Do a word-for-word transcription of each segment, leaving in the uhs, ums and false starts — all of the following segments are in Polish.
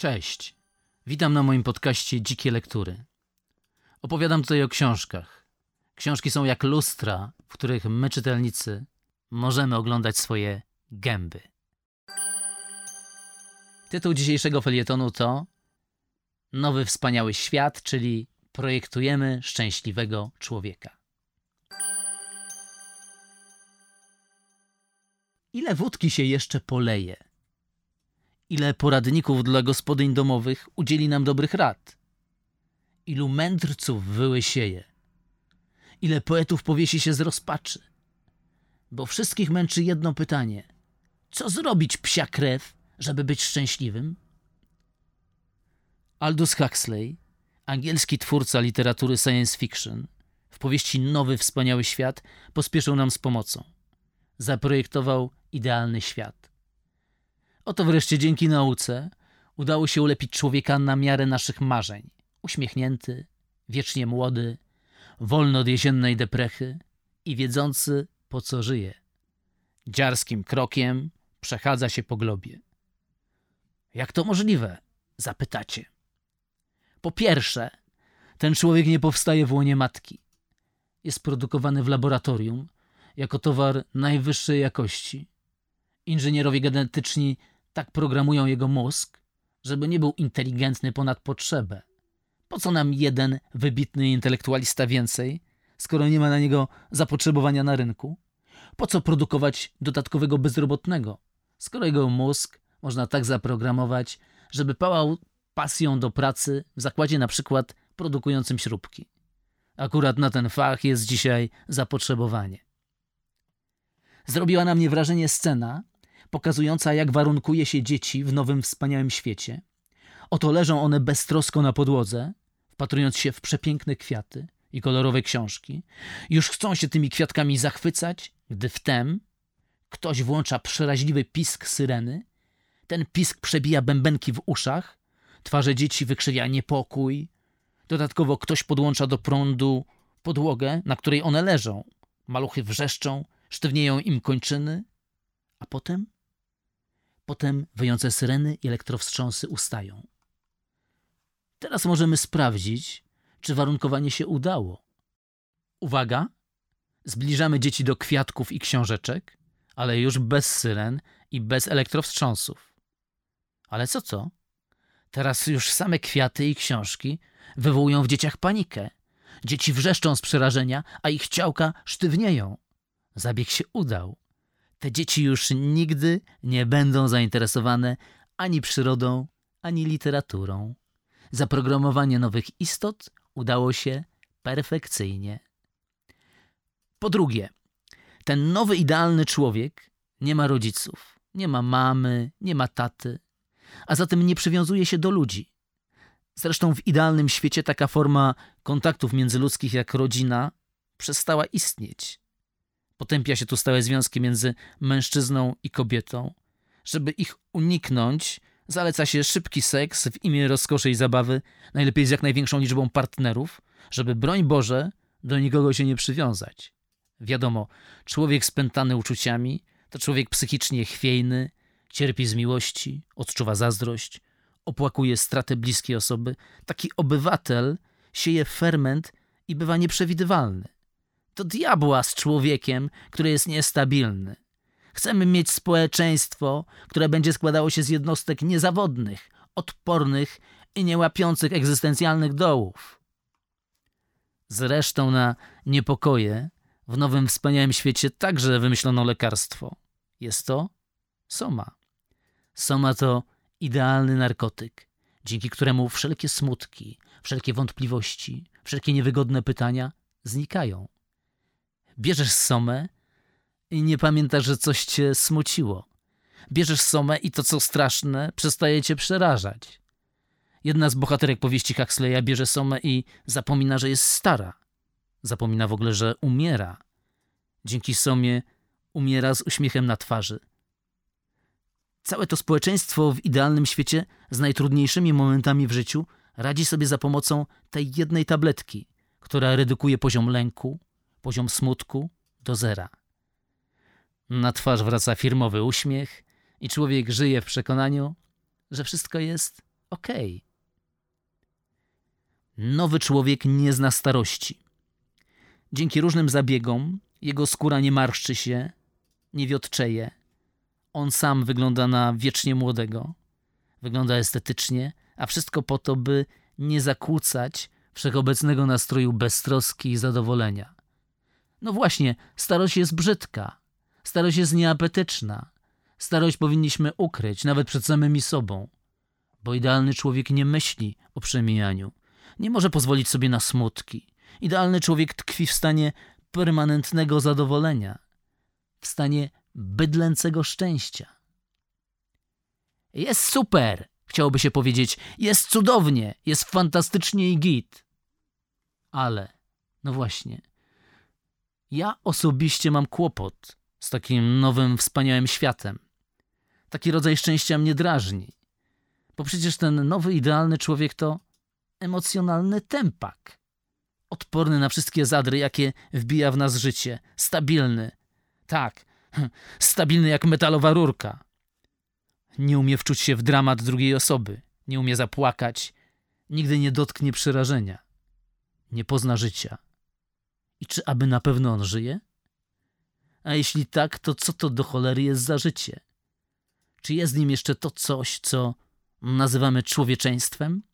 Cześć, witam na moim podcaście Dzikie Lektury. Opowiadam tutaj o książkach. Książki są jak lustra, w których my, czytelnicy, możemy oglądać swoje gęby. Tytuł dzisiejszego felietonu to Nowy wspaniały świat, czyli projektujemy szczęśliwego człowieka. Ile wódki się jeszcze poleje? Ile poradników dla gospodyń domowych udzieli nam dobrych rad? Ilu mędrców wyłysieje? Ile poetów powiesi się z rozpaczy? Bo wszystkich męczy jedno pytanie. Co zrobić, psia krew, żeby być szczęśliwym? Aldous Huxley, angielski twórca literatury science fiction, w powieści Nowy wspaniały świat pospieszył nam z pomocą. Zaprojektował idealny świat. Oto wreszcie dzięki nauce udało się ulepić człowieka na miarę naszych marzeń. Uśmiechnięty, wiecznie młody, wolny od jesiennej deprechy i wiedzący, po co żyje. Dziarskim krokiem przechadza się po globie. Jak to możliwe? Zapytacie. Po pierwsze, ten człowiek nie powstaje w łonie matki. Jest produkowany w laboratorium jako towar najwyższej jakości. Inżynierowie genetyczni tak programują jego mózg, żeby nie był inteligentny ponad potrzebę. Po co nam jeden wybitny intelektualista więcej, skoro nie ma na niego zapotrzebowania na rynku? Po co produkować dodatkowego bezrobotnego, skoro jego mózg można tak zaprogramować, żeby pałał pasją do pracy w zakładzie na przykład produkującym śrubki? Akurat na ten fach jest dzisiaj zapotrzebowanie. Zrobiła na mnie wrażenie scena pokazująca, jak warunkuje się dzieci w nowym wspaniałym świecie. Oto leżą one beztrosko na podłodze, wpatrując się w przepiękne kwiaty i kolorowe książki. Już chcą się tymi kwiatkami zachwycać, gdy wtem ktoś włącza przeraźliwy pisk syreny. Ten pisk przebija bębenki w uszach, twarze dzieci wykrzywia niepokój. Dodatkowo ktoś podłącza do prądu podłogę, na której one leżą. Maluchy wrzeszczą, sztywnieją im kończyny, a potem? Potem wyjące syreny i elektrowstrząsy ustają. Teraz możemy sprawdzić, czy warunkowanie się udało. Uwaga! Zbliżamy dzieci do kwiatków i książeczek, ale już bez syren i bez elektrowstrząsów. Ale co co? Teraz już same kwiaty i książki wywołują w dzieciach panikę. Dzieci wrzeszczą z przerażenia, a ich ciałka sztywnieją. Zabieg się udał. Te dzieci już nigdy nie będą zainteresowane ani przyrodą, ani literaturą. Zaprogramowanie nowych istot udało się perfekcyjnie. Po drugie, ten nowy idealny człowiek nie ma rodziców, nie ma mamy, nie ma taty, a zatem nie przywiązuje się do ludzi. Zresztą w idealnym świecie taka forma kontaktów międzyludzkich jak rodzina przestała istnieć. Potępia się tu stałe związki między mężczyzną i kobietą. Żeby ich uniknąć, zaleca się szybki seks w imię rozkoszy i zabawy, najlepiej z jak największą liczbą partnerów, żeby, broń Boże, do nikogo się nie przywiązać. Wiadomo, człowiek spętany uczuciami to człowiek psychicznie chwiejny, cierpi z miłości, odczuwa zazdrość, opłakuje stratę bliskiej osoby. Taki obywatel sieje ferment i bywa nieprzewidywalny. To diabła z człowiekiem, który jest niestabilny. Chcemy mieć społeczeństwo, które będzie składało się z jednostek niezawodnych, odpornych i niełapiących egzystencjalnych dołów. Zresztą na niepokoje w nowym wspaniałym świecie także wymyślono lekarstwo. Jest to soma. Soma to idealny narkotyk, dzięki któremu wszelkie smutki, wszelkie wątpliwości, wszelkie niewygodne pytania znikają. Bierzesz somę i nie pamiętasz, że coś cię smuciło. Bierzesz somę i to, co straszne, przestaje cię przerażać. Jedna z bohaterek powieści Huxleya bierze somę i zapomina, że jest stara. Zapomina w ogóle, że umiera. Dzięki somie umiera z uśmiechem na twarzy. Całe to społeczeństwo w idealnym świecie z najtrudniejszymi momentami w życiu radzi sobie za pomocą tej jednej tabletki, która redukuje poziom lęku, poziom smutku do zera. Na twarz wraca firmowy uśmiech i człowiek żyje w przekonaniu, że wszystko jest okej. Nowy człowiek nie zna starości. Dzięki różnym zabiegom jego skóra nie marszczy się, nie wiotczeje. On sam wygląda na wiecznie młodego. Wygląda estetycznie, a wszystko po to, by nie zakłócać wszechobecnego nastroju beztroski i zadowolenia. No właśnie, starość jest brzydka. Starość jest nieapetyczna. Starość powinniśmy ukryć, nawet przed samymi sobą. Bo idealny człowiek nie myśli o przemijaniu. Nie może pozwolić sobie na smutki. Idealny człowiek tkwi w stanie permanentnego zadowolenia. W stanie bydlęcego szczęścia. Jest super, chciałoby się powiedzieć. Jest cudownie, jest fantastycznie i git. Ale, no właśnie, ja osobiście mam kłopot z takim nowym, wspaniałym światem. Taki rodzaj szczęścia mnie drażni. Bo przecież ten nowy, idealny człowiek to emocjonalny tempak. Odporny na wszystkie zadry, jakie wbija w nas życie. Stabilny. Tak, stabilny jak metalowa rurka. Nie umie wczuć się w dramat drugiej osoby. Nie umie zapłakać. Nigdy nie dotknie przerażenia. Nie pozna życia. I czy aby na pewno on żyje? A jeśli tak, to co to do cholery jest za życie? Czy jest w nim jeszcze to coś, co nazywamy człowieczeństwem?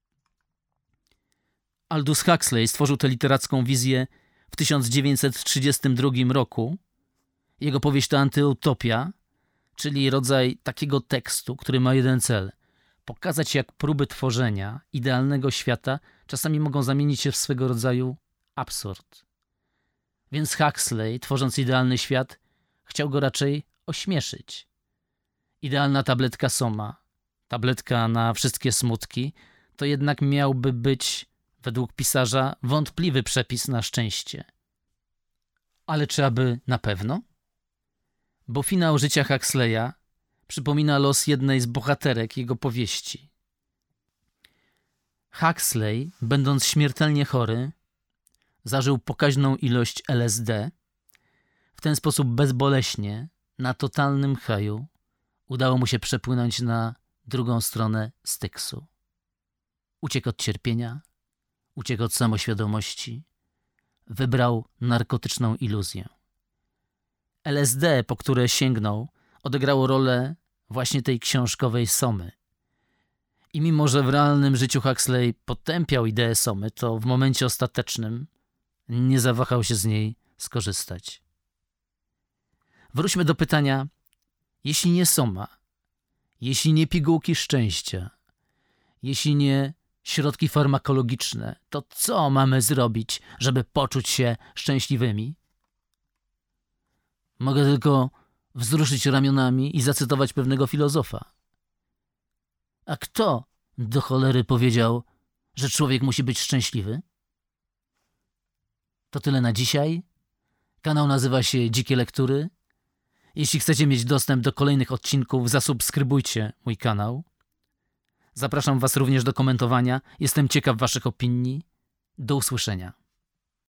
Aldous Huxley stworzył tę literacką wizję w tysiąc dziewięćset trzydziestym drugim roku. Jego powieść to antyutopia, czyli rodzaj takiego tekstu, który ma jeden cel. Pokazać, jak próby tworzenia idealnego świata czasami mogą zamienić się w swego rodzaju absurd. Więc Huxley, tworząc idealny świat, chciał go raczej ośmieszyć. Idealna tabletka Soma, tabletka na wszystkie smutki, to jednak miałby być, według pisarza, wątpliwy przepis na szczęście. Ale czy aby na pewno? Bo finał życia Huxleya przypomina los jednej z bohaterek jego powieści. Huxley, będąc śmiertelnie chory, zażył pokaźną ilość L S D. W ten sposób bezboleśnie, na totalnym haju, udało mu się przepłynąć na drugą stronę Styksu. Uciekł od cierpienia, uciekł od samoświadomości, wybrał narkotyczną iluzję. L S D, po które sięgnął, odegrało rolę właśnie tej książkowej Somy. I mimo, że w realnym życiu Huxley potępiał ideę Somy, to w momencie ostatecznym nie zawahał się z niej skorzystać. Wróćmy do pytania, jeśli nie Soma, jeśli nie pigułki szczęścia, jeśli nie środki farmakologiczne, to co mamy zrobić, żeby poczuć się szczęśliwymi? Mogę tylko wzruszyć ramionami i zacytować pewnego filozofa. A kto do cholery powiedział, że człowiek musi być szczęśliwy? To tyle na dzisiaj. Kanał nazywa się Dzikie Lektury. Jeśli chcecie mieć dostęp do kolejnych odcinków, zasubskrybujcie mój kanał. Zapraszam Was również do komentowania. Jestem ciekaw Waszych opinii. Do usłyszenia.